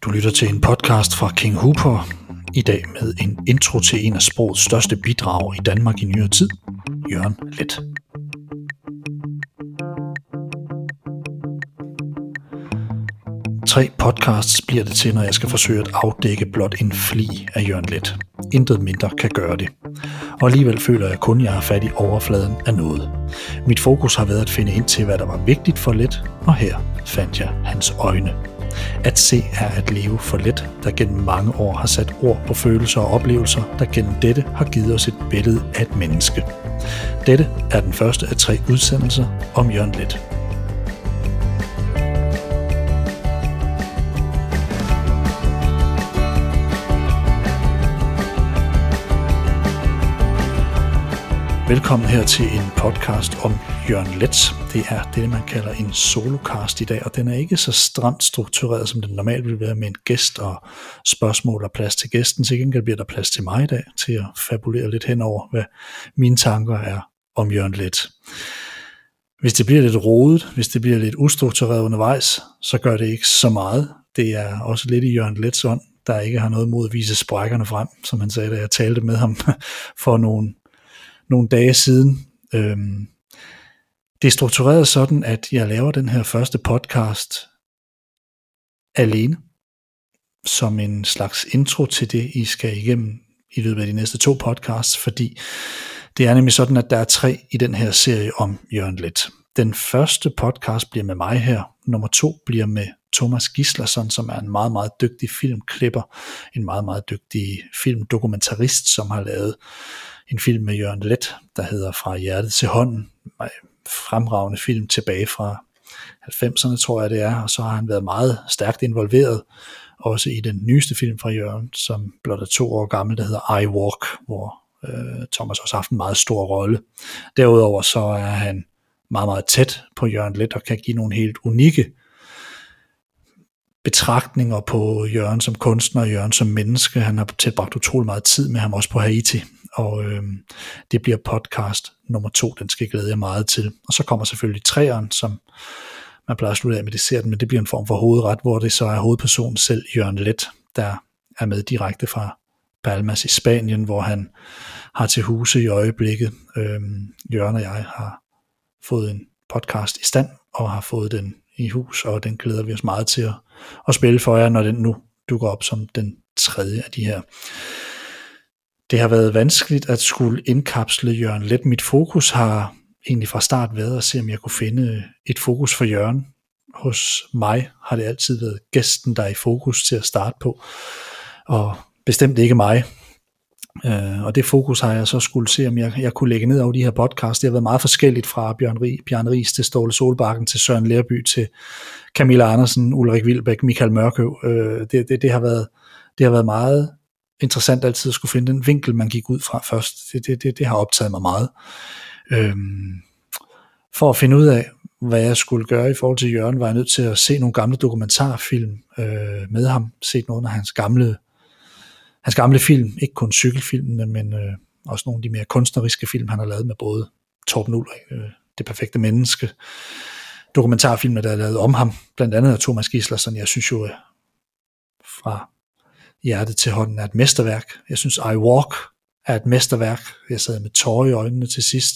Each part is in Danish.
Du lytter til en podcast fra King Hooper, i dag med en intro til en af sprogets største bidrag i Danmark i nyere tid, Jørgen Leth. Tre podcasts bliver det til, når jeg skal forsøge at afdække blot en fli af Jørgen Leth. Intet mindre kan gøre det. Og alligevel føler jeg kun, at jeg har fat i overfladen af noget. Mit fokus har været at finde ind til, hvad der var vigtigt for Leth, og her fandt jeg hans øjne. At se er at leve for Leth, der gennem mange år har sat ord på følelser og oplevelser, der gennem dette har givet os et billede af et menneske. Dette er den første af 3 udsendelser om Jørgen Leth. Velkommen her til en podcast om Jørgen Leth. Det er det, man kalder en solocast i dag, og den er ikke så stramt struktureret, som den normalt vil være med en gæst og spørgsmål og plads til gæsten. Til gengæld bliver der plads til mig i dag til at fabulere lidt henover, hvad mine tanker er om Jørgen Leth. Hvis det bliver lidt rodet, hvis det bliver lidt ustruktureret undervejs, så gør det ikke så meget. Det er også lidt i Jørgen Leths ånd, der ikke har noget mod at vise sprækkerne frem, som han sagde, da jeg talte med ham for nogle dage siden. Det er struktureret sådan, at jeg laver den her første podcast alene, som en slags intro til det, I skal igennem i løbet af de næste 2 podcasts, fordi det er nemlig sådan, at der er 3 i den her serie om Jørgen Leth. Den første podcast bliver med mig her, nummer 2 bliver med Thomas Gislason, som er en meget, meget dygtig filmklipper, en meget, meget dygtig filmdokumentarist, som har lavet en film med Jørgen Leth, der hedder Fra hjertet til hånden. Fremragende film tilbage fra 90'erne, tror jeg det er, og så har han været meget stærkt involveret, også i den nyeste film fra Jørgen, som blot er 2 år gammel, der hedder I Walk, hvor Thomas også har haft en meget stor rolle. Derudover så er han meget, meget tæt på Jørgen Leth, og kan give nogle helt unikke betragtninger på Jørgen som kunstner og Jørgen som menneske. Han har tilbragt utrolig meget tid med ham, også på Haiti, og det bliver podcast nummer 2, den skal jeg glæde jer meget til. Og så kommer selvfølgelig 3'eren, som man plejer at slutte af med desserten, men det bliver en form for hovedret, hvor det så er hovedpersonen selv, Jørgen Leth, der er med direkte fra Palmas i Spanien, hvor han har til huse i øjeblikket. Jørgen og jeg har fået en podcast i stand, og har fået den i hus, og den glæder vi os meget til at spille for jer, når den nu dukker op som den 3. af de her. Det har været vanskeligt at skulle indkapsle Jørgen Leth. Mit fokus har egentlig fra start været at se, om jeg kunne finde et fokus for Jørgen. Hos mig har det altid været gæsten, der er i fokus til at starte på, og bestemt ikke mig. Og det fokus har jeg så skulle se, om jeg kunne lægge ned over de her podcasts. Det har været meget forskelligt fra Bjørn Riis til Ståle Solbakken til Søren Lerby til Camilla Andersen, Ulrik Wilbæk, Michael Mørkøv. Det har været meget interessant altid at skulle finde den vinkel, man gik ud fra først. Det har optaget mig meget. For at finde ud af, hvad jeg skulle gøre i forhold til Jørgen, var jeg nødt til at se nogle gamle dokumentarfilm med ham. Set nogle af hans gamle film, ikke kun cykelfilmene, men også nogle af de mere kunstneriske film, han har lavet med både Torben Ulrik, Det perfekte menneske, dokumentarfilmer, der er lavet om ham, blandt andet af Thomas Gislason. Jeg synes jo, Fra hjertet til hånden er et mesterværk. Jeg synes, I Walk er et mesterværk. Jeg sad med tårer i øjnene til sidst,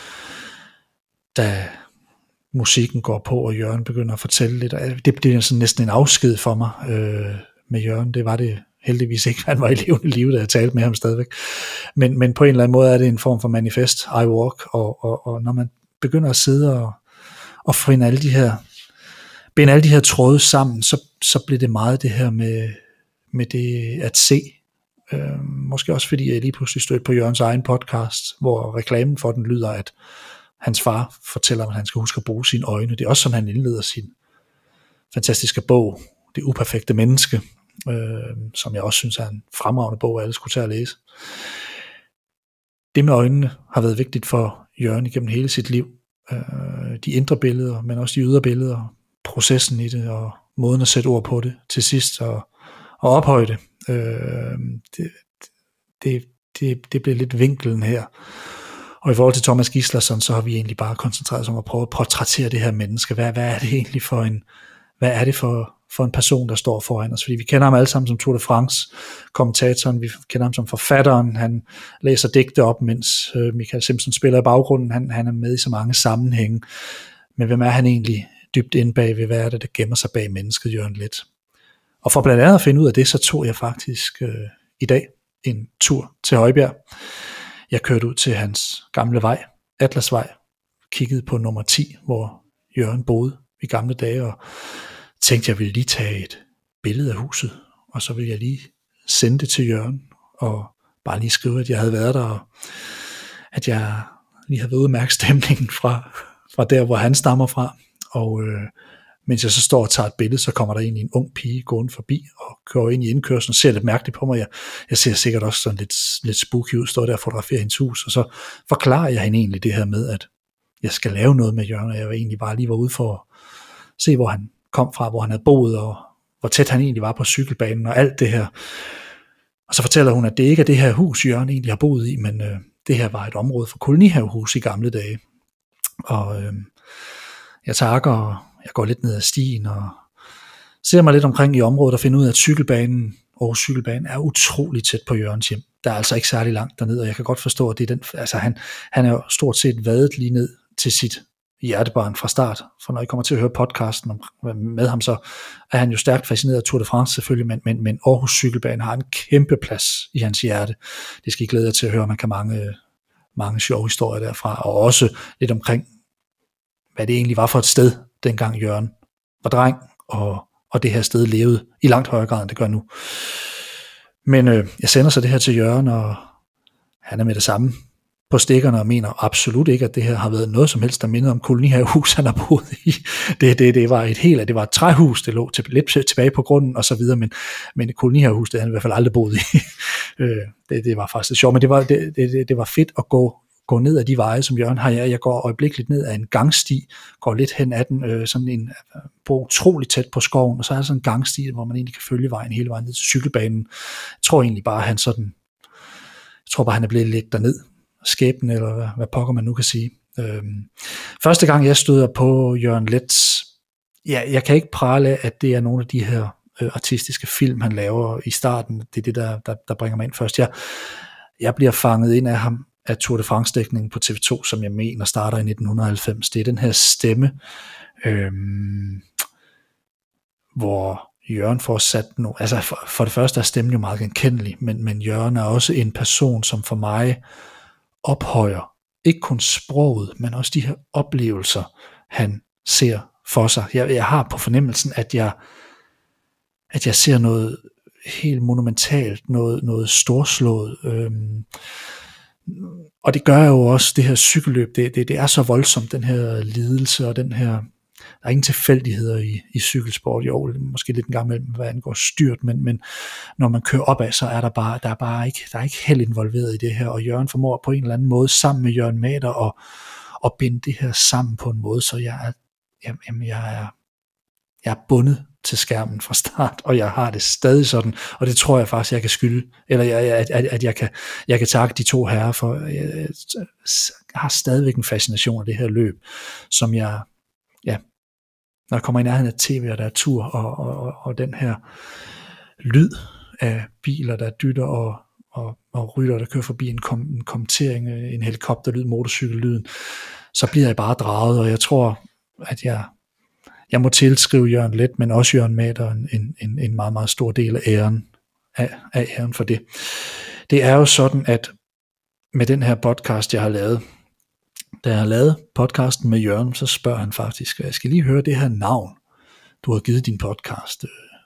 da musikken går på, og Jørgen begynder at fortælle lidt. Det bliver sådan næsten en afsked for mig med Jørgen. Det var det heldigvis ikke. Han var i levende liv, da jeg talte med ham stadigvæk. Men på en eller anden måde er det en form for manifest, I Walk, og når man begynder at sidde og finde binde alle de her tråde sammen, så bliver det meget det her med det at se. Måske også fordi jeg lige pludselig stødte på Jørgens egen podcast, hvor reklamen for den lyder, at hans far fortæller, at han skal huske at bruge sine øjne. Det er også sådan, han indleder sin fantastiske bog, Det uperfekte menneske, som jeg også synes er en fremragende bog, alle skulle tage at læse. Det med øjnene har været vigtigt for Jørgen igennem hele sit liv. De indre billeder, men også de ydre billeder, processen i det, og måden at sætte ord på det til sidst, og ophøje det. Det blev lidt vinkelen her. Og i forhold til Thomas Gislason, så har vi egentlig bare koncentreret os om at prøve at portrættere det her menneske. Hvad er det egentlig for for en person, der står foran os, fordi vi kender ham alle sammen som Tour de France-kommentatoren, vi kender ham som forfatteren, han læser digte op, mens Michael Simpson spiller i baggrunden, han er med i så mange sammenhænge, men hvem er han egentlig dybt inde bag ved, hvad er det, der gemmer sig bag mennesket, Jørgen Leth? Og for blandt andet at finde ud af det, så tog jeg faktisk i dag en tur til Højbjerg. Jeg kørte ud til hans gamle vej, Atlasvej, kiggede på nummer 10, hvor Jørgen boede i gamle dage, og tænkte, jeg ville lige tage et billede af huset, og så ville jeg lige sende det til Jørgen, og bare lige skrive, at jeg havde været der, og at jeg lige havde været ude at mærke stemningen fra der, hvor han stammer fra, og mens jeg så står og tager et billede, så kommer der egentlig en ung pige gående forbi, og kører ind i indkørslen, ser lidt mærkeligt på mig, jeg ser sikkert også sådan lidt spooky ud, står der og fotograferer hendes hus, og så forklarer jeg hende egentlig det her med, at jeg skal lave noget med Jørgen, og jeg egentlig bare lige var ude for at se, hvor han kom fra, hvor han havde boet, og hvor tæt han egentlig var på cykelbanen, og alt det her. Og så fortæller hun, at det ikke er det her hus, Jørgen egentlig har boet i, men det her var et område for kolonihavehus i gamle dage. Og jeg takker, og jeg går lidt ned ad stien, og ser mig lidt omkring i området, og finder ud af, at cykelbanen, Aarhus Cykelbanen, er utrolig tæt på Jørgens hjem. Der er altså ikke særlig langt derned, og jeg kan godt forstå, at det er den, altså han er jo stort set vadet lige ned til sit hjertebarn fra start, for når I kommer til at høre podcasten med ham, så er han jo stærkt fascineret af Tour de France selvfølgelig, men Aarhus Cykelbane har en kæmpe plads i hans hjerte. Det skal I glæde jer til at høre, man kan mange sjove historier derfra, og også lidt omkring, hvad det egentlig var for et sted, dengang Jørgen var dreng, og det her sted levede i langt højere grad, end det gør nu. Men jeg sender så det her til Jørgen, og han er med det samme på stikkerne og mener absolut ikke, at det her har været noget som helst, der mindede om kolonihavehus, han har boet i. Det var et træhus, det lå lidt tilbage på grunden og så videre, men et kolonihavehus, det havde han i hvert fald aldrig boet i. Det var faktisk sjovt, men det var fedt at gå ned ad de veje, som Jørgen har. Jeg går øjeblikkeligt ned ad en gangsti, går lidt hen ad den, sådan en, på utroligt tæt på skoven, og så er der sådan en gangsti, hvor man egentlig kan følge vejen hele vejen ned til cykelbanen. Jeg tror egentlig bare, han er blevet lidt derned, skæbnen, eller hvad pokker man nu kan sige. Første gang jeg støder på Jørgen Leths, jeg kan ikke prale af, at det er nogle af de her artistiske film, han laver i starten. Det er det, der bringer mig ind først. Jeg bliver fanget ind af ham, af Tour de France-dækningen på TV2, som jeg mener starter i 1990. Det er den her stemme, hvor Jørgen får sat noget. Altså for det første er stemmen jo meget genkendelig, men Jørgen er også en person, som for mig ophøjer ikke kun sproget, men også de her oplevelser, han ser for sig. Jeg har på fornemmelsen, at jeg ser noget helt monumentalt, noget storslået, og det gør jo også det her cykelløb, det er så voldsomt, den her lidelse og den her, der er ingen tilfældigheder i cykelsport, jo, måske lidt en gang imellem, hvad angår styrt, men når man kører opad, så er der er ikke held involveret i det her, og Jørgen formår på en eller anden måde, sammen med Jørgen Mader, at binde det her sammen på en måde, så jeg er bundet til skærmen fra start, og jeg har det stadig sådan, og det tror jeg faktisk, jeg kan skylde, eller at jeg kan takke de to herrer for, jeg har stadigvæk en fascination af det her løb, som jeg, når jeg kommer i nærheden af tv, og der er tur, og den her lyd af biler, der dytter, og rytter, der kører forbi en kommentering, en helikopterlyd, motorcykellyden, så bliver jeg bare draget, og jeg tror, at jeg må tilskrive Jørgen Leth, men også Jørgen Mader en meget, meget stor del af æren for det. Det er jo sådan, at med den her podcast, jeg har lavet, da jeg har lavet podcasten med Jørgen, så spørger han faktisk, jeg skal lige høre det her navn, du har givet din podcast.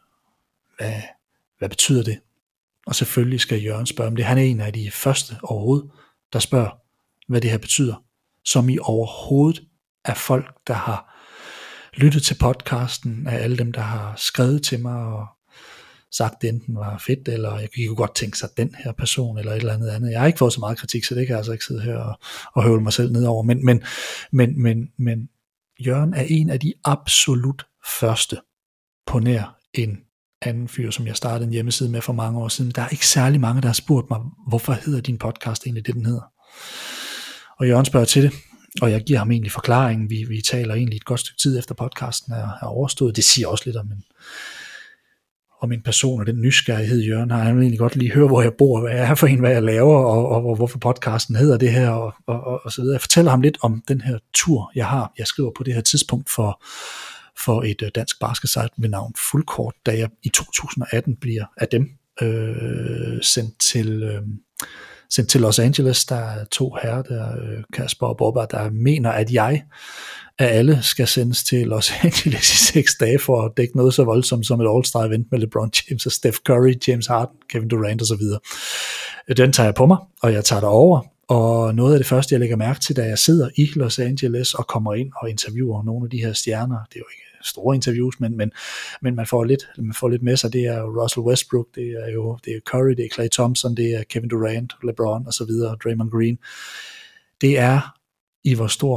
Hvad betyder det? Og selvfølgelig skal Jørgen spørge om det. Han er en af de første overhovedet, der spørger, hvad det her betyder. Som i overhovedet er folk, der har lyttet til podcasten, af alle dem, der har skrevet til mig og sagt, det enten var fedt, eller jeg kunne godt tænke sig den her person, eller et eller andet. Jeg har ikke fået så meget kritik, så det kan jeg altså ikke sidde her og høvle mig selv nedover. Men Jørgen er en af de absolut første på nær en anden fyr, som jeg startede en hjemmeside med for mange år siden. Der er ikke særlig mange, der har spurgt mig, hvorfor hedder din podcast egentlig det, den hedder? Og Jørgen spørger til det. Og jeg giver ham egentlig forklaringen. Vi taler egentlig et godt stykke tid efter podcasten er overstået. Det siger også lidt om en person og den nysgerrighed, Jørgen har. Han vil egentlig godt lige høre, hvor jeg bor, hvad jeg er for en, hvad jeg laver, og hvorfor podcasten hedder det her, og så videre. Jeg fortæller ham lidt om den her tur, jeg skriver på det her tidspunkt for et dansk basketsite ved navn Fuldkort, da jeg i 2018 bliver af dem sendt til Los Angeles. Der er 2 herrer, der Kasper og Bobber, der mener, at jeg af alle skal sendes til Los Angeles i 6 dage for at dække noget så voldsomt som et All-Star event med LeBron James og Steph Curry, James Harden, Kevin Durant osv. Den tager jeg på mig, og jeg tager det over. Og noget af det første, jeg lægger mærke til, da jeg sidder i Los Angeles og kommer ind og interviewer nogle af de her stjerner, det er jo ikke store interviews, men man får lidt med sig. Det er Russell Westbrook, det er Curry, det er Klay Thompson, det er Kevin Durant, LeBron og så videre, Draymond Green. Det er i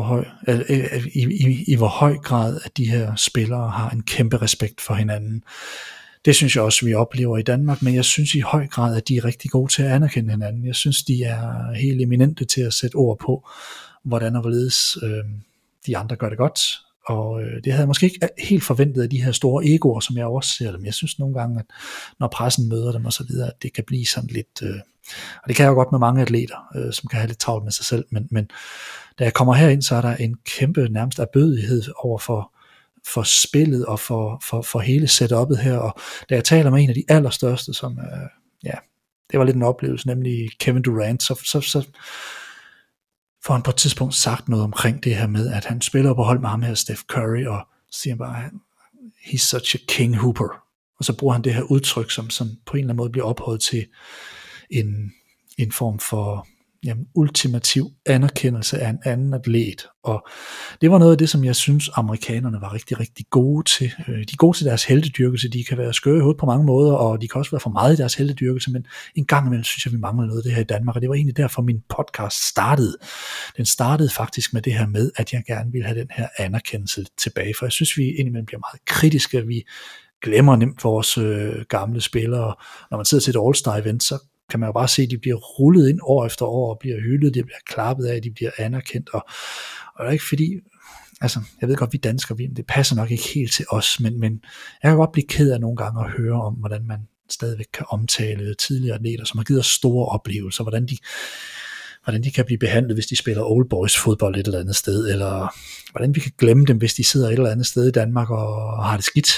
hvor høj grad, at de her spillere har en kæmpe respekt for hinanden. Det synes jeg også, vi oplever i Danmark, men jeg synes i høj grad, at de er rigtig gode til at anerkende hinanden. Jeg synes, de er helt eminente til at sætte ord på, hvordan og hvorledes de andre gør det godt. Og det havde jeg måske ikke helt forventet af de her store egoer, som jeg også ser dem. Jeg synes nogle gange, at når pressen møder dem og så videre, at det kan blive sådan lidt... og det kan jeg jo godt med mange atleter, som kan have lidt travlt med sig selv, men da jeg kommer herind, så er der en kæmpe nærmest erbødighed over for spillet og for hele setup'et her, og da jeg taler med en af de allerstørste, som det var lidt en oplevelse, nemlig Kevin Durant, så får han på et tidspunkt sagt noget omkring det her med, at han spiller på hold med ham her, Steph Curry, og siger bare, he's such a king hooper, og så bruger han det her udtryk, som på en eller anden måde bliver ophøjet til en form for ultimativ anerkendelse af en anden atlet, og det var noget af det, som jeg synes amerikanerne var rigtig, rigtig gode til. De er gode til deres heltedyrkelse, de kan være skøre i hovedet på mange måder, og de kan også være for meget i deres heltedyrkelse, men en gang imellem synes jeg, vi mangler noget af det her i Danmark, og det var egentlig derfor min podcast startede. Den startede faktisk med det her med, at jeg gerne ville have den her anerkendelse tilbage, for jeg synes, vi indimellem bliver meget kritiske, vi glemmer nemt vores gamle spillere. Når man sidder til et All-Star event, så kan man jo bare se, at de bliver rullet ind år efter år, og bliver hyldet, de bliver klappet af, de bliver anerkendt, og det er ikke fordi, altså, jeg ved godt, vi danskere, det passer nok ikke helt til os, men jeg kan godt blive ked af nogle gange at høre om, hvordan man stadigvæk kan omtale tidligere atleter, som har givet os store oplevelser, hvordan de kan blive behandlet, hvis de spiller old boys fodbold et eller andet sted, eller hvordan vi kan glemme dem, hvis de sidder et eller andet sted i Danmark og har det skidt,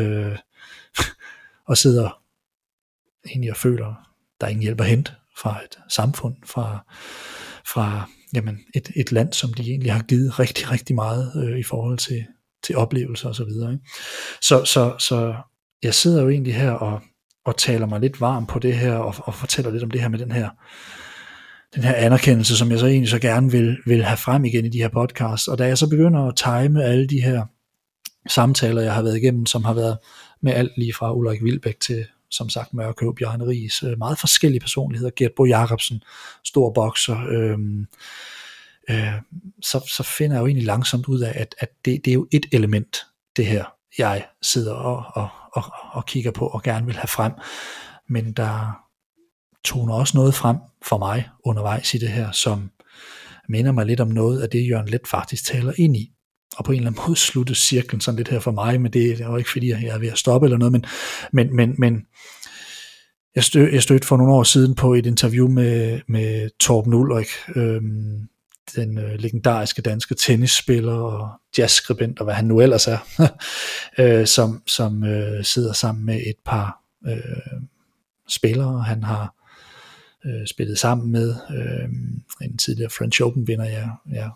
og sidder egentlig og føler, der er ingen hjælp at hente fra et samfund, fra et land, som de egentlig har givet rigtig, rigtig meget i forhold til oplevelser og så videre. Ikke? Så jeg sidder jo egentlig her og taler mig lidt varm på det her, og fortæller lidt om det her med den her anerkendelse, som jeg så egentlig så gerne vil have frem igen i de her podcasts. Og da jeg så begynder at time alle de her samtaler, jeg har været igennem, som har været med alt lige fra Ulrik Wilbæk til, som sagt, Mørkøv, Bjarne Ries, meget forskellige personligheder, Gert Bo Jacobsen, stor bokser, så finder jeg jo egentlig langsomt ud af, at det er jo et element, det her, jeg sidder og kigger på, og gerne vil have frem, men der toner også noget frem for mig undervejs i det her, som minder mig lidt om noget af det, Jørgen Leth faktisk taler ind i, og på en eller anden måde slutte cirklen sådan lidt her for mig, men det er jo ikke fordi, jeg er ved at stoppe eller noget, men jeg stødte for nogle år siden på et interview med Torben Ulrik, den legendariske danske tennisspiller og jazzskribent, og hvad han nu ellers er, som sidder sammen med et par spillere, han har spillet sammen med, en tidligere French Open vinder,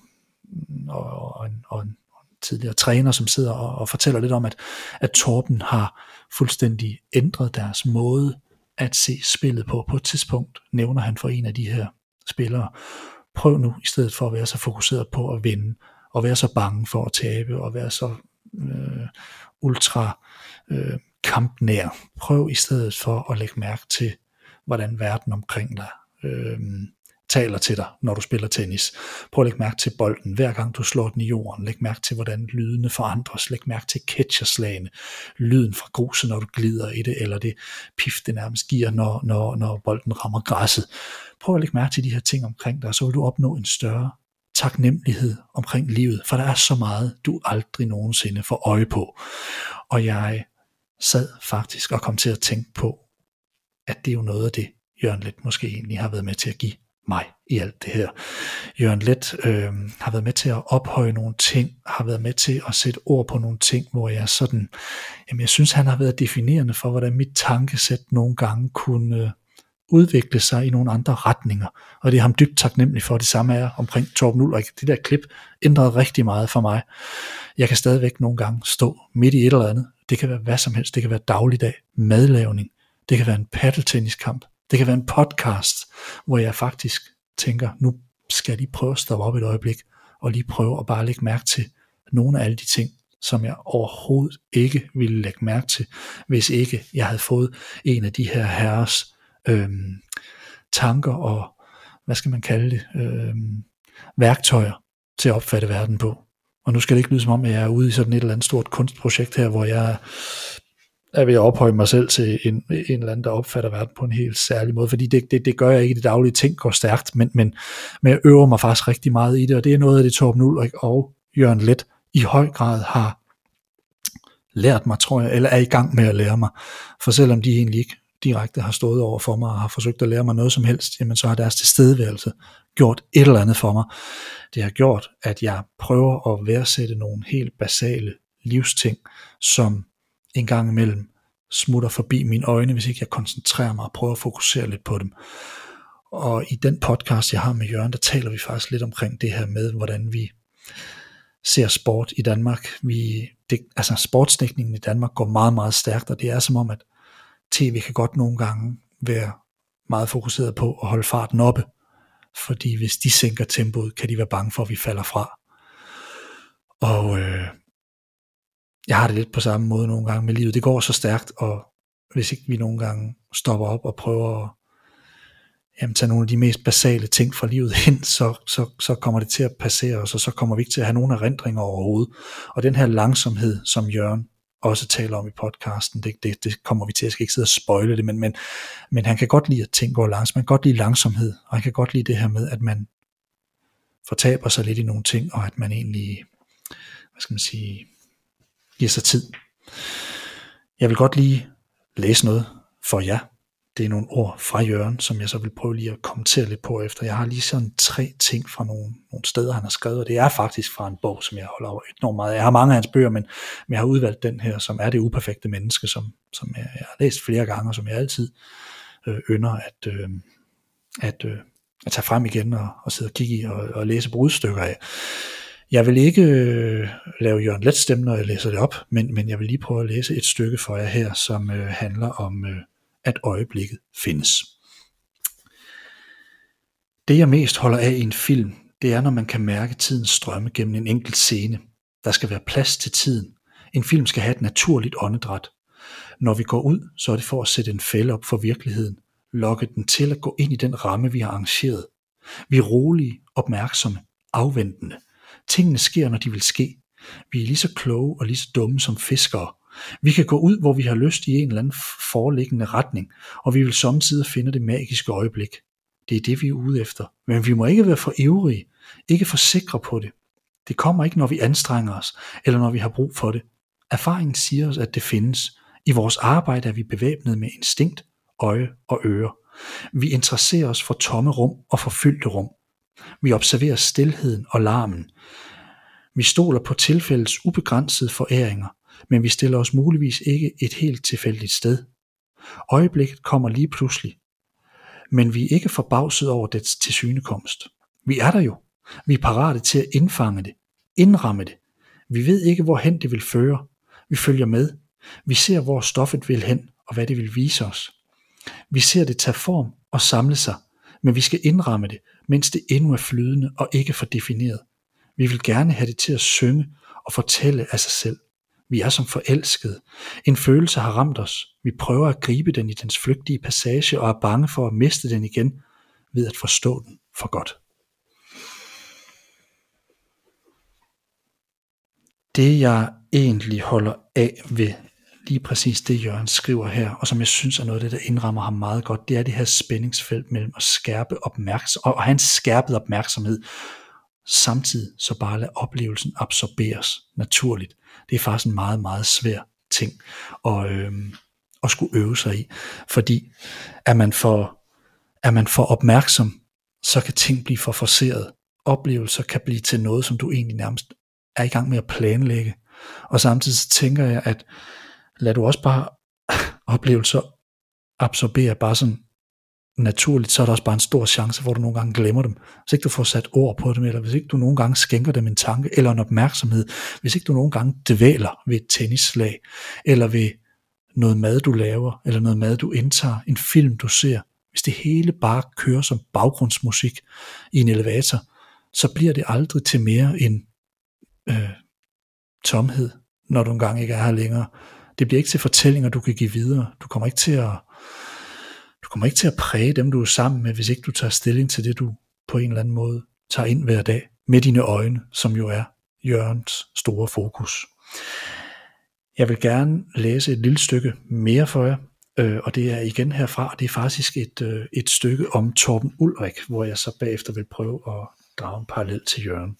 og en tidligere træner, som sidder og fortæller lidt om, at Torben har fuldstændig ændret deres måde at se spillet på. På et tidspunkt nævner han for en af de her spillere, prøv nu i stedet for at være så fokuseret på at vinde, og være så bange for at tabe, og være så ultra kampnær. Prøv i stedet for at lægge mærke til, hvordan verden omkring dig taler til dig, når du spiller tennis. Prøv at lægge mærke til bolden, hver gang du slår den i jorden. Læg mærke til, hvordan lydene forandres. Læg mærke til catcherslagene, lyden fra gruset, når du glider i det, eller det pif, det nærmest giver, når bolden rammer græsset. Prøv at lægge mærke til de her ting omkring dig, så vil du opnå en større taknemmelighed omkring livet, for der er så meget, du aldrig nogensinde får øje på. Og jeg sad faktisk og kom til at tænke på, at det er jo noget af det, Jørgen Leth måske egentlig har været med til at give mig i alt det her. Jørgen Leth har været med til at ophøje nogle ting, har været med til at sætte ord på nogle ting, hvor jeg sådan, jeg synes han har været definerende for, hvordan mit tankesæt nogle gange kunne udvikle sig i nogle andre retninger, og det er ham dybt taknemmelig for. Det samme er omkring Torben Ulrik. Det der klip ændrede rigtig meget for mig. Jeg kan stadigvæk nogle gange stå midt i et eller andet. Det kan være hvad som helst. Det kan være dagligdag, madlavning, det kan være en paddeltenniskamp, det kan være en podcast, hvor jeg faktisk tænker, nu skal jeg lige prøve at stoppe op et øjeblik, og lige prøve at bare lægge mærke til nogle af alle de ting, som jeg overhovedet ikke ville lægge mærke til, hvis ikke jeg havde fået en af de her herres tanker og, hvad skal man kalde det, værktøjer til at opfatte verden på. Og nu skal det ikke lyde som om, at jeg er ude i sådan et eller andet stort kunstprojekt her, hvor jeg er ved at ophøje mig selv til en eller anden, der opfatter verden på en helt særlig måde, fordi det gør jeg ikke i det daglige. Ting går stærkt, men jeg øver mig faktisk rigtig meget i det, og det er noget af det, Torben Ulrik og Jørgen Leth i høj grad har lært mig, tror jeg, eller er i gang med at lære mig. For selvom de egentlig ikke direkte har stået over for mig og har forsøgt at lære mig noget som helst, jamen så har deres tilstedeværelse gjort et eller andet for mig. Det har gjort, at jeg prøver at værdsætte nogle helt basale livsting, som en gang imellem smutter forbi mine øjne, hvis ikke jeg koncentrerer mig og prøver at fokusere lidt på dem. Og i den podcast, jeg har med Jørgen, der taler vi faktisk lidt omkring det her med, hvordan vi ser sport i Danmark. Sportsdækningen i Danmark går meget, meget stærkt, og det er som om, at tv kan godt nogle gange være meget fokuseret på at holde farten oppe, fordi hvis de sænker tempoet, kan de være bange for, at vi falder fra. Og jeg har det lidt på samme måde nogle gange med livet. Det går så stærkt, og hvis ikke vi nogle gange stopper op og prøver at tage nogle af de mest basale ting fra livet hen, så kommer det til at passere os, og så kommer vi ikke til at have nogen erindringer overhovedet. Og den her langsomhed, som Jørgen også taler om i podcasten, det kommer vi til. Jeg skal ikke sidde og spoile det, men han kan godt lide, at ting går langsomt. Han kan godt lide langsomhed, og han kan godt lide det her med, at man fortaber sig lidt i nogle ting, og at man egentlig, giver sig tid. Jeg vil godt lige læse noget for jer. Det er nogle ord fra Jørgen, som jeg så vil prøve lige at kommentere lidt på efter. Jeg har lige sådan 3 ting fra nogle steder, han har skrevet, og det er faktisk fra en bog, som jeg holder enormt meget. Jeg har mange af hans bøger, men jeg har udvalgt den her, som er Det uperfekte menneske, som jeg har læst flere gange, og som jeg altid ynder at tage frem igen og sidde og kigge i og læse brudstykker af. Jeg vil ikke lave Jørgen Leth stemme, når jeg læser det op, men jeg vil lige prøve at læse et stykke for jer her, som handler om, at øjeblikket findes. Det jeg mest holder af i en film, det er, når man kan mærke tidens strømme gennem en enkelt scene. Der skal være plads til tiden. En film skal have et naturligt åndedræt. Når vi går ud, så er det for at sætte en fælde op for virkeligheden. Lokke den til at gå ind i den ramme, vi har arrangeret. Vi er rolige, opmærksomme, afventende. Tingene sker, når de vil ske. Vi er lige så kloge og lige så dumme som fiskere. Vi kan gå ud, hvor vi har lyst i en eller anden foreliggende retning, og vi vil samtidig finde det magiske øjeblik. Det er det, vi er ude efter. Men vi må ikke være for ivrige, ikke for sikre på det. Det kommer ikke, når vi anstrenger os, eller når vi har brug for det. Erfaringen siger os, at det findes. I vores arbejde er vi bevæbnet med instinkt, øje og ører. Vi interesserer os for tomme rum og for fyldte rum. Vi observerer stilheden og larmen. Vi stoler på tilfældets ubegrænsede foræringer, men vi stiller os muligvis ikke et helt tilfældigt sted. Øjeblikket kommer lige pludselig, men vi er ikke forbavset over dets tilsynekomst. Vi er der jo. Vi er parate til at indfange det, indramme det. Vi ved ikke, hvorhen det vil føre. Vi følger med. Vi ser, hvor stoffet vil hen, og hvad det vil vise os. Vi ser det tage form og samle sig, men vi skal indramme det, mens det endnu er flydende og ikke for defineret. Vi vil gerne have det til at synge og fortælle af sig selv. Vi er som forelskede. En følelse har ramt os. Vi prøver at gribe den i dens flygtige passage og er bange for at miste den igen ved at forstå den for godt. Det jeg egentlig holder af ved lige præcis det Jørgen skriver her, og som jeg synes er noget af det, der indrammer ham meget godt, det er det her spændingsfelt mellem at skærpe og have en skærpet opmærksomhed samtidig så bare lade oplevelsen absorberes naturligt. Det er faktisk en meget, meget svær ting at skulle øve sig i, fordi er man for opmærksom, så kan ting blive for forceret. Oplevelser kan blive til noget, som du egentlig nærmest er i gang med at planlægge. Og samtidig så tænker jeg, at lad du også bare oplevelser absorbere bare sådan naturligt, så er der også bare en stor chance, hvor du nogle gange glemmer dem. Hvis ikke du får sat ord på dem, eller hvis ikke du nogle gange skænker dem en tanke, eller en opmærksomhed, hvis ikke du nogle gange dvæler ved et tennisslag, eller ved noget mad du laver, eller noget mad du indtager, en film du ser, hvis det hele bare kører som baggrundsmusik i en elevator, så bliver det aldrig til mere end tomhed, når du engang ikke er her længere. Det bliver ikke til fortællinger, du kan give videre. Du kommer ikke til at præge dem, du er sammen med, hvis ikke du tager stilling til det, du på en eller anden måde tager ind hver dag, med dine øjne, som jo er Jørgens store fokus. Jeg vil gerne læse et lille stykke mere for jer, og det er igen herfra. Det er faktisk et stykke om Torben Ulrik, hvor jeg så bagefter vil prøve at drage en parallel til Jørgen.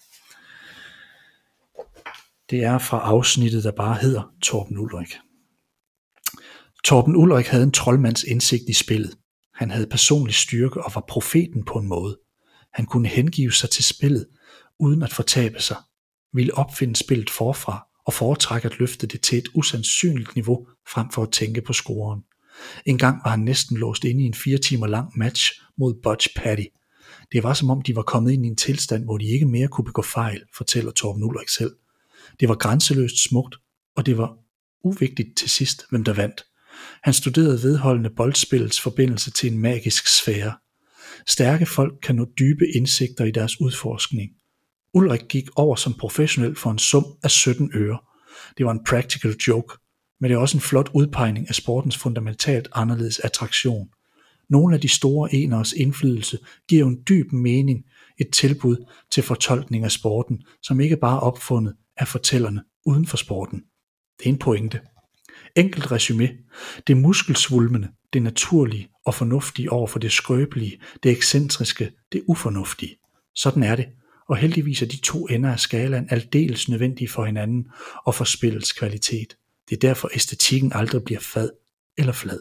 Det er fra afsnittet, der bare hedder Torben Ulrik. Torben Ulrik havde en troldmands indsigt i spillet. Han havde personlig styrke og var profeten på en måde. Han kunne hengive sig til spillet, uden at fortabe sig, ville opfinde spillet forfra og foretrække at løfte det til et usandsynligt niveau, frem for at tænke på scoren. En gang var han næsten låst inde i en 4 timer lang match mod Butch Patty. Det var som om de var kommet ind i en tilstand, hvor de ikke mere kunne begå fejl, fortæller Torben Ulrik selv. Det var grænseløst smukt, og det var uvigtigt til sidst, hvem der vandt. Han studerede vedholdende boldspillets forbindelse til en magisk sfære. Stærke folk kan nå dybe indsigter i deres udforskning. Ulrik gik over som professionel for en sum af 17 øre. Det var en practical joke, men det er også en flot udpegning af sportens fundamentalt anderledes attraktion. Nogle af de store eners indflydelse giver en dyb mening, et tilbud til fortolkning af sporten, som ikke bare er opfundet af fortællerne uden for sporten. Det er en pointe. Enkelt resume. Det muskelsvulmende, det naturlige og fornuftige over for det skrøbelige, det ekscentriske, det ufornuftige. Sådan er det, og heldigvis er de to ender af skalaen aldeles nødvendige for hinanden og for spillets kvalitet. Det er derfor æstetikken aldrig bliver fad eller flad.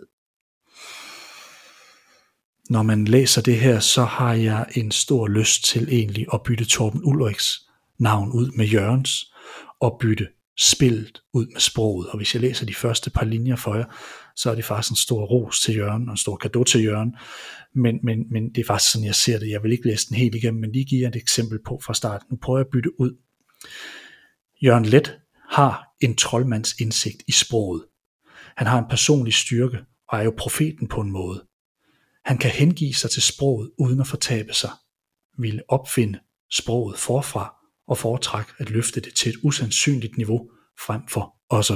Når man læser det her, så har jeg en stor lyst til egentlig at bytte Torben Ulriks navn ud med Jørgens og bytte spillet ud med sproget. Og hvis jeg læser de første par linjer for jer, så er det faktisk en stor ros til Jørgen og en stor cadeau til Jørgen. Men det er faktisk sådan, jeg ser det. Jeg vil ikke læse den helt igennem, men lige give jer et eksempel på fra starten. Nu prøver jeg at bytte ud. Jørgen Leth har en troldmands indsigt i sproget. Han har en personlig styrke og er jo profeten på en måde. Han kan hengive sig til sproget uden at fortabe sig, ville opfinde sproget forfra og foretrække at løfte det til et usandsynligt niveau frem for osv.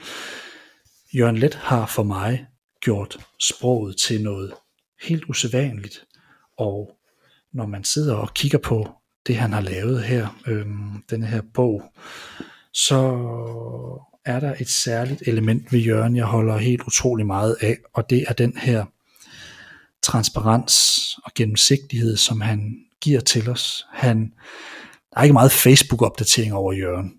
Jørgen Leth har for mig gjort sproget til noget helt usædvanligt, og når man sidder og kigger på det, han har lavet her, denne her bog, så er der et særligt element ved Jørgen, jeg holder helt utrolig meget af, og det er den her transparens og gennemsigtighed, som han giver til os. Der er ikke meget Facebook-opdatering over Jørgen.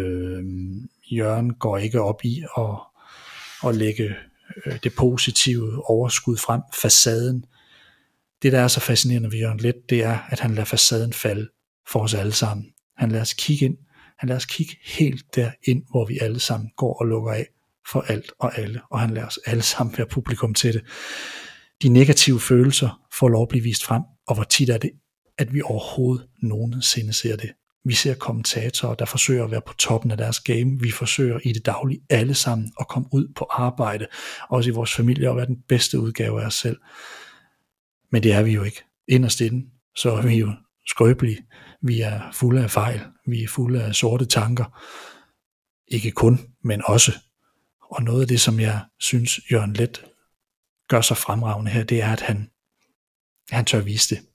Jørgen går ikke op i at lægge det positive overskud frem, facaden. Det, der er så fascinerende ved Jørgen Leth, det er, at han lader facaden falde for os alle sammen. Han lader os kigge ind. Han lader os kigge helt derind, hvor vi alle sammen går og lukker af for alt og alle, og han lader os alle sammen være publikum til det. De negative følelser får lov at blive vist frem, og hvor tit er det, at vi overhovedet nogensinde ser det. Vi ser kommentatorer, der forsøger at være på toppen af deres game. Vi forsøger i det daglige alle sammen at komme ud på arbejde, også i vores familie, og være den bedste udgave af os selv. Men det er vi jo ikke. Inderst inde, så er vi jo skrøbelige. Vi er fulde af fejl. Vi er fulde af sorte tanker. Ikke kun, men også. Og noget af det, som jeg synes, Jørgen Leth gør sig fremragende her, det er, at han tør vise det.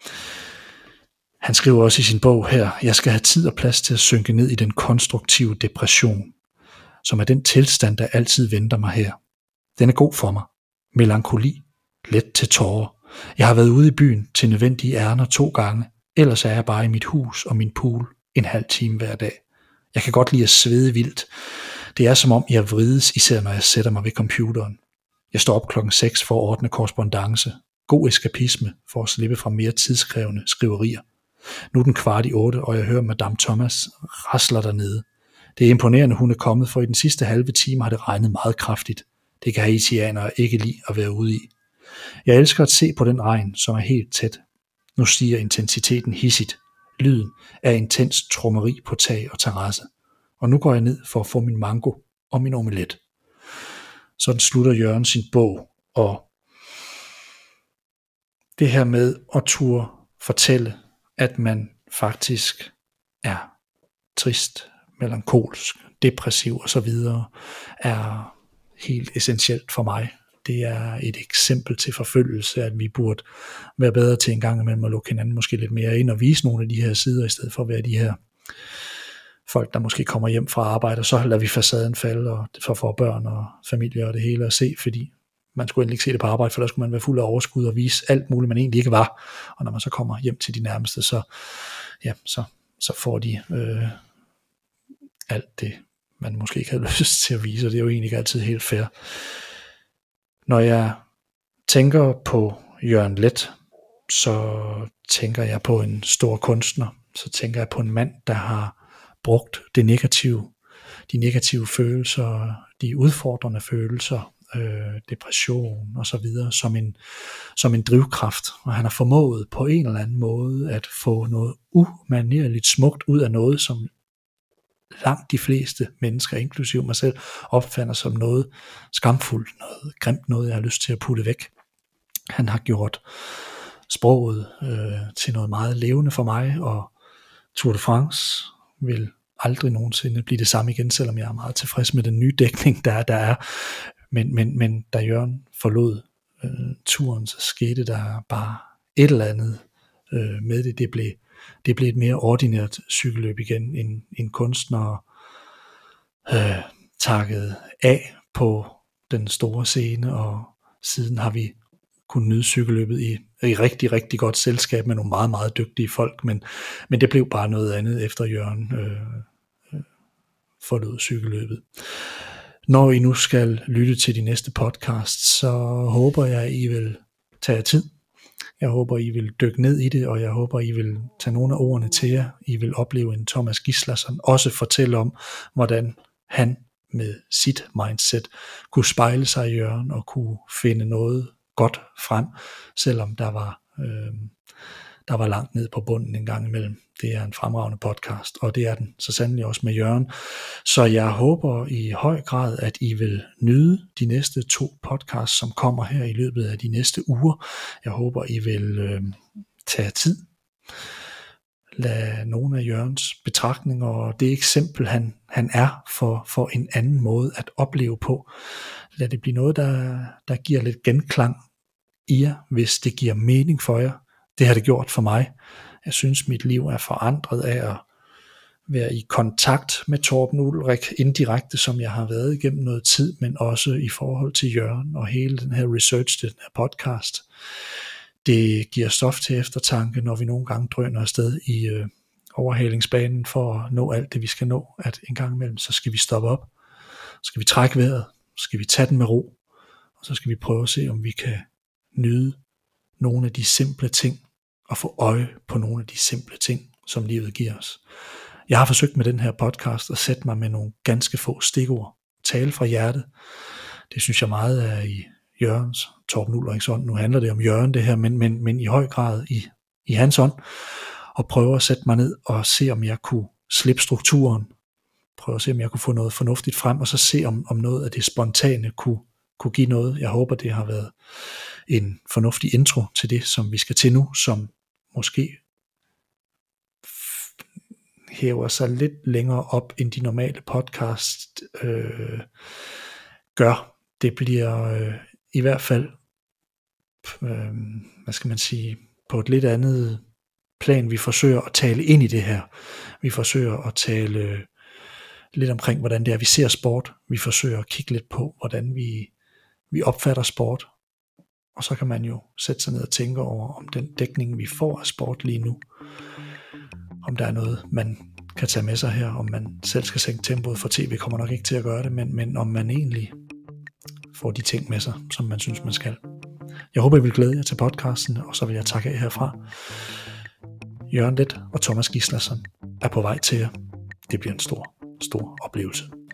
Han skriver også i sin bog her, jeg skal have tid og plads til at synke ned i den konstruktive depression, som er den tilstand, der altid venter mig her. Den er god for mig. Melankoli, let til tårer. Jeg har været ude i byen til nødvendige ærner 2 gange. Ellers er jeg bare i mit hus og min pool en halv time hver dag. Jeg kan godt lide at svede vildt. Det er som om jeg vrides, især når jeg sætter mig ved computeren. Jeg står op 6:00 for at ordne korrespondance. God eskapisme for at slippe fra mere tidskrævende skriverier. Nu er den 7:15, og jeg hører Madame Thomas rasler dernede. Det er imponerende, hun er kommet, for i den sidste halve time har det regnet meget kraftigt. Det kan haitianere ikke lide at være ude i. Jeg elsker at se på den regn, som er helt tæt. Nu stiger intensiteten hissigt. Lyden af intens trommeri på tag og terrasse. Og nu går jeg ned for at få min mango og min omelet. Sådan slutter Jørgen sin bog, og det her med at turde fortælle, at man faktisk er trist, melankolsk, depressiv osv., er helt essentielt for mig. Det er et eksempel til forfølgelse, at vi burde være bedre til en gang imellem at lukke hinanden måske lidt mere ind og vise nogle af de her sider, i stedet for at være de her folk, der måske kommer hjem fra arbejde, og så lader vi facaden falde og for børn og familie og det hele at se, fordi man skulle endelig ikke se det på arbejde, for der skulle man være fuld af overskud og vise alt muligt, man egentlig ikke var. Og når man så kommer hjem til de nærmeste, så får de alt det, man måske ikke havde lyst til at vise, og det er jo egentlig ikke altid helt fair. Når jeg tænker på Jørgen Leth, så tænker jeg på en stor kunstner, så tænker jeg på en mand, der har brugt de negative følelser, de udfordrende følelser, depression og så videre, som en drivkraft, og han har formået på en eller anden måde at få noget umanerligt smukt ud af noget, som langt de fleste mennesker, inklusive mig selv, opfatter som noget skamfuldt, noget grimt, noget jeg har lyst til at putte væk. Han har gjort sproget til noget meget levende for mig, og Tour de France vil aldrig nogensinde blive det samme igen, selvom jeg er meget tilfreds med den nye dækning, der er. Men da Jørgen forlod turen, så skete der bare et eller andet med det. Det blev et mere ordinært cykelløb igen. En kunstner takket af på den store scene, og siden har vi kunnet nyde cykelløbet i rigtig, rigtig godt selskab med nogle meget, meget dygtige folk, men det blev bare noget andet efter Jørgen forlod cykelløbet. Når I nu skal lytte til de næste podcasts, så håber jeg, I vil tage tid. Jeg håber, I vil dykke ned i det, og jeg håber, I vil tage nogle af ordene til jer. I vil opleve en Thomas Gislason også fortælle om, hvordan han med sit mindset kunne spejle sig i Jørgen og kunne finde noget godt frem, selvom der var langt ned på bunden en gang imellem. Det er en fremragende podcast, og det er den så sandelig også med Jørgen. Så jeg håber i høj grad, at I vil nyde de næste 2 podcasts, som kommer her i løbet af de næste uger. Jeg håber, I vil tage tid. Lad nogle af Jørgens betragtninger og det eksempel, han er for en anden måde at opleve på. Lad det blive noget, der giver lidt genklang i jer, hvis det giver mening for jer. Det har det gjort for mig. Jeg synes, mit liv er forandret af at være i kontakt med Torben Ulrik indirekte, som jeg har været igennem noget tid, men også i forhold til Jørgen og hele den her research til den her podcast. Det giver stof til eftertanke, når vi nogle gange drøner afsted i overhalingsbanen for at nå alt det, vi skal nå, at en gang imellem, så skal vi stoppe op, så skal vi trække vejret, så skal vi tage den med ro, og så skal vi prøve at se, om vi kan nyde nogle af de simple ting, og få øje på nogle af de simple ting, som livet giver os. Jeg har forsøgt med den her podcast at sætte mig med nogle ganske få stikord, tale fra hjertet. Det synes jeg meget er i Jørgens, Torben Ulriks ånd. Nu handler det om Jørgen det her, men i høj grad i hans ånd, og prøve at sætte mig ned og se, om jeg kunne slippe strukturen, prøve at se, om jeg kunne få noget fornuftigt frem, og så se, om noget af det spontane kunne give noget. Jeg håber, det har været en fornuftig intro til det, som vi skal til nu, som måske hæver sig lidt længere op, end de normale podcast gør. Det bliver i hvert fald, hvad skal man sige, på et lidt andet plan. Vi forsøger at tale ind i det her. Vi forsøger at tale lidt omkring, hvordan det er, vi ser sport. Vi forsøger at kigge lidt på, hvordan vi opfatter sport. Og så kan man jo sætte sig ned og tænke over, om den dækning, vi får af sport lige nu, om der er noget, man kan tage med sig her, om man selv skal sænke tempoet, for tv kommer nok ikke til at gøre det, men om man egentlig får de ting med sig, som man synes, man skal. Jeg håber, I vil glæde jer til podcasten, og så vil jeg takke af herfra. Jørgen Leth og Thomas Gislason er på vej til jer. Det bliver en stor, stor oplevelse.